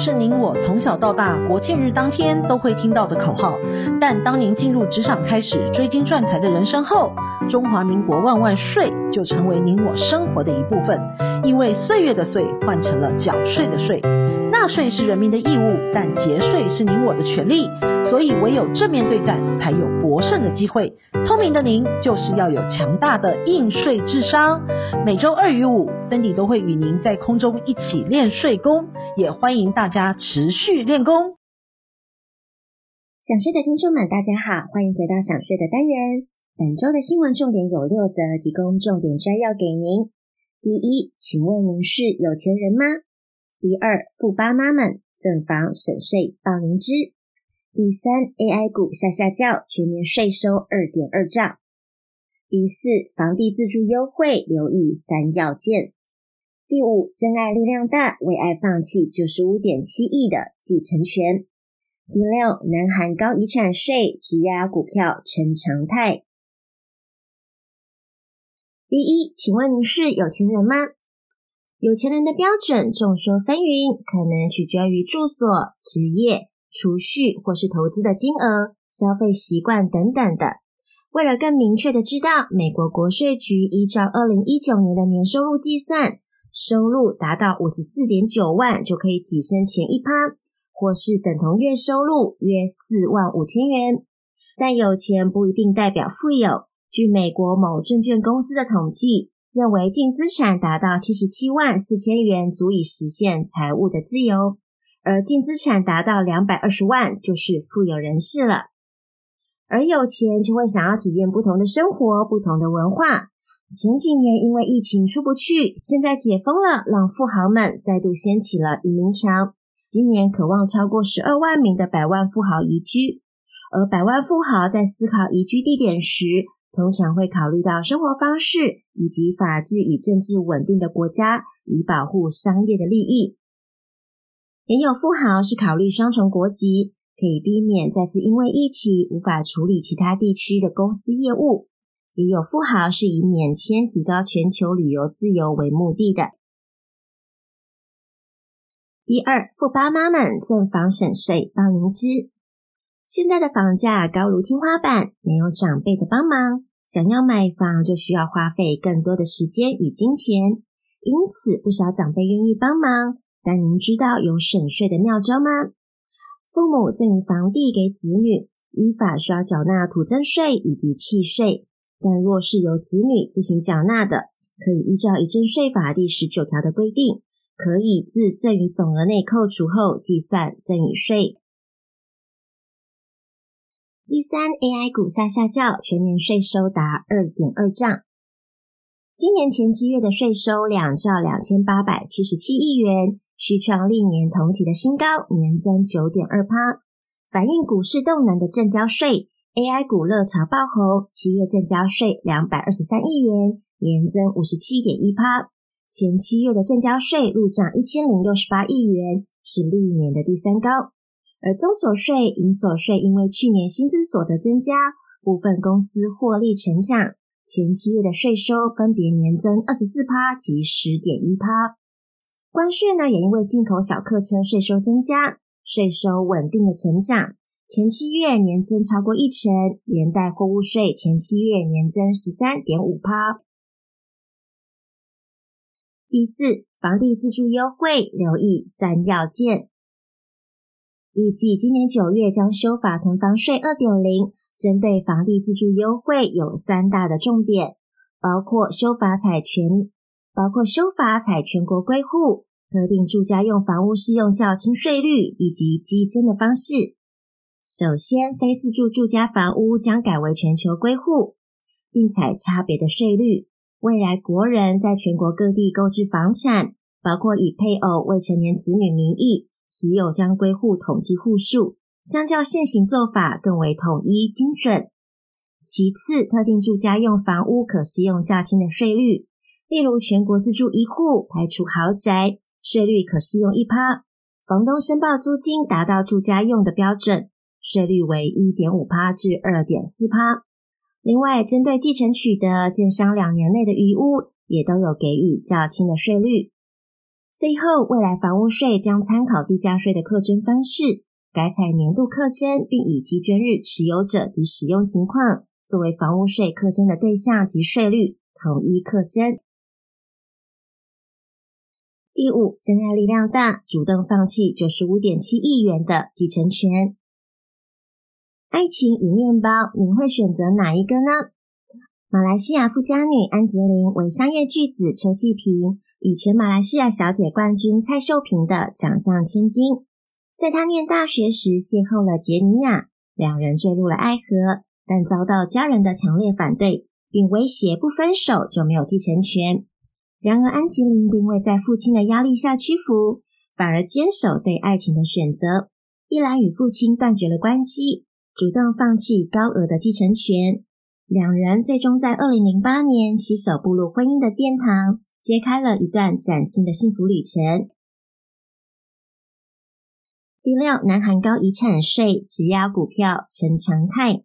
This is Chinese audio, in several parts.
是您我从小到大国庆日当天都会听到的口号，但当您进入职场开始追金赚财的人生后，中华民国万万税就成为您我生活的一部分，因为岁月的岁换成了缴税的税。纳税是人民的义务，但节税是您我的权利，所以唯有正面对战，才有博胜的机会。聪明的您就是要有强大的应税智商。每周2与5 Cindy 都会与您在空中一起练税功，也欢迎大家持续练功。 想税的听众们大家好，欢迎回到想税的单元。本周的新闻重点有6则，提供重点摘要给您。第一，请问您是有钱人吗？第二，富爸妈们赠房省税报您知。第三， AI 股下叫，全年税收 2.2 兆。第四，房地自住优惠留意3要件。第五，真爱力量大，为爱放弃 95.7 亿的继承权。第六，南韩高遗产税质押股票成常态。第一，请问您是有钱人吗？有钱人的标准众说纷纭，可能取决于住所、职业、储蓄或是投资的金额、消费习惯等等的。为了更明确的知道，美国国税局依照2019年的年收入计算，收入达到 54.9 万就可以跻身前 1%， 或是等同月收入约4万5千元。但有钱不一定代表富有。据美国某证券公司的统计，认为净资产达到77万4千元足以实现财务的自由，而净资产达到220万就是富有人士了。而有钱就会想要体验不同的生活、不同的文化。前几年因为疫情出不去，现在解封了，让富豪们再度掀起了移民潮。今年渴望超过12万名的百万富豪移居，而百万富豪在思考移居地点时，通常会考虑到生活方式以及法治与政治稳定的国家，以保护商业的利益。也有富豪是考虑双重国籍，可以避免再次因为疫情无法处理其他地区的公司业务。也有富豪是以免签提高全球旅游自由为目的的。第二，富爸妈们赠房省税报您知。现在的房价高如天花板，没有长辈的帮忙，想要买房就需要花费更多的时间与金钱，因此不少长辈愿意帮忙。但您知道有省税的妙招吗？父母赠与房地给子女，依法需要缴纳土增税以及契税，但若是由子女自行缴纳的，可以依照遗赠税法第19条的规定，可以自赠与总额内扣除后计算赠与税。第三， AI 股下叫，全年税收达 2.2 兆。今年前7月的税收2兆2877亿元，续创历年同期的新高，年增 9.2%。 反映股市动能的证交税 AI 股热潮爆红，7月证交税223亿元，年增 57.1%。 前7月的证交税入账1068亿元，是历年的第3高。而综所税、营所税因为去年薪资所得增加，部分公司获利成长，前7月的税收分别年增 24% 及 10.1%。 关税呢也因为进口小客车税收增加，税收稳定的成长，前7月年增超过1%，连带货物税前7月年增 13.5%。 第四，房地自住优惠留意3要件。预计今年9月将修法囤房税 2.0， 针对房地自住优惠有3大的重点，包括修法采全国归户、特定住家用房屋适用较轻税率以及激增的方式。首先，非自住住家房屋将改为全球归户，并采差别的税率。未来国人在全国各地购置房产，包括以配偶、未成年子女名义持有将归户统计户数，相较现行做法更为统一精准。其次，特定住家用房屋可适用较轻的税率，例如全国自住一户排除豪宅，税率可适用 1%， 房东申报租金达到住家用的标准，税率为 1.5% 至 2.4%。 另外，针对继承取得建商2年内的余屋，也都有给予较轻的税率。 最后，未来房屋税将参考地价税的课征方式，改采年度课征，并以基捐日持有者及使用情况作为房屋税课征的对象及税率，统一课征。第五，真爱力量大，主动放弃 95.7 亿元的继承权。爱情与面包，您会选择哪一个呢？马来西亚富家女安吉琳为商业巨子邱继平与前马来西亚小姐冠军蔡秀萍的掌上千金。在她念大学时邂逅了杰尼亚，两人坠入了爱河，但遭到家人的强烈反对，并威胁不分手就没有继承权。然而安吉琳并未在父亲的压力下屈服，反而坚守对爱情的选择，一来与父亲断绝了关系，主动放弃高额的继承权。两人最终在2008年携手步入婚姻的殿堂，揭开了一段崭新的幸福旅程。第六，南韩高遗产税，质押股票成常态。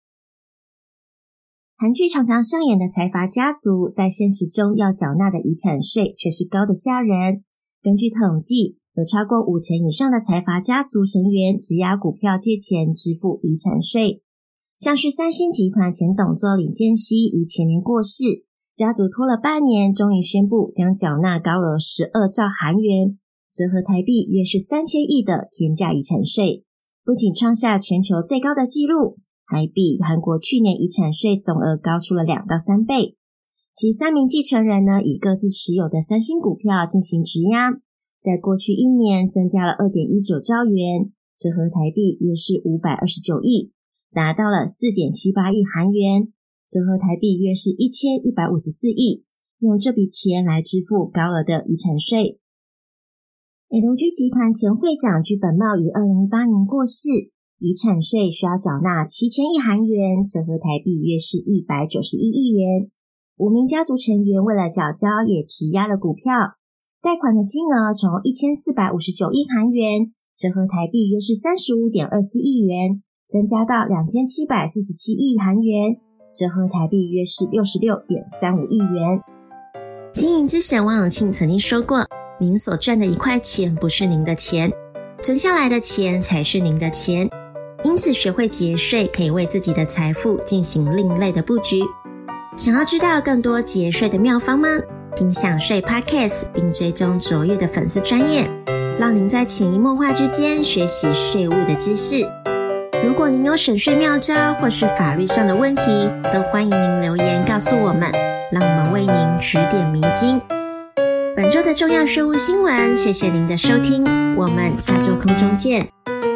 韩剧常常上演的财阀家族，在现实中要缴纳的遗产税却是高的吓人。根据统计，有超过50%以上的财阀家族成员质押股票借钱支付遗产税。像是三星集团前董座李健熙于前年过世，家族拖了半年，终于宣布将缴纳高额12兆韩元，折合台币约是3000亿的天价遗产税，不仅创下全球最高的纪录，还比韩国去年遗产税总额高出了2到3倍。其3名继承人呢，以各自持有的三星股票进行质押，在过去1年增加了 2.19 兆元，折合台币约是529亿，达到了 4.78 亿韩元，折合台币约是1154亿，用这笔钱来支付高额的遗产税。美龙居集团前会长居本茂于2018年过世，遗产税需要缴纳7000亿韩元，折合台币约是191亿元。5名家族成员为了缴交也质押了股票，贷款的金额从1459亿韩元，折合台币约是 35.24 亿元，增加到2747亿韩元，折合台币约是 66.35 亿元。经营之神王永庆曾经说过，您所赚的1块钱不是您的钱，存下来的钱才是您的钱。因此学会节税可以为自己的财富进行另类的布局。想要知道更多节税的妙方吗？听享税 Podcast 并追踪卓越的粉丝专页，让您在潜移默化之间学习税务的知识。如果您有省税妙招或是法律上的问题，都欢迎您留言告诉我们，让我们为您指点迷津。本周的重要税务新闻，谢谢您的收听，我们下周空中见。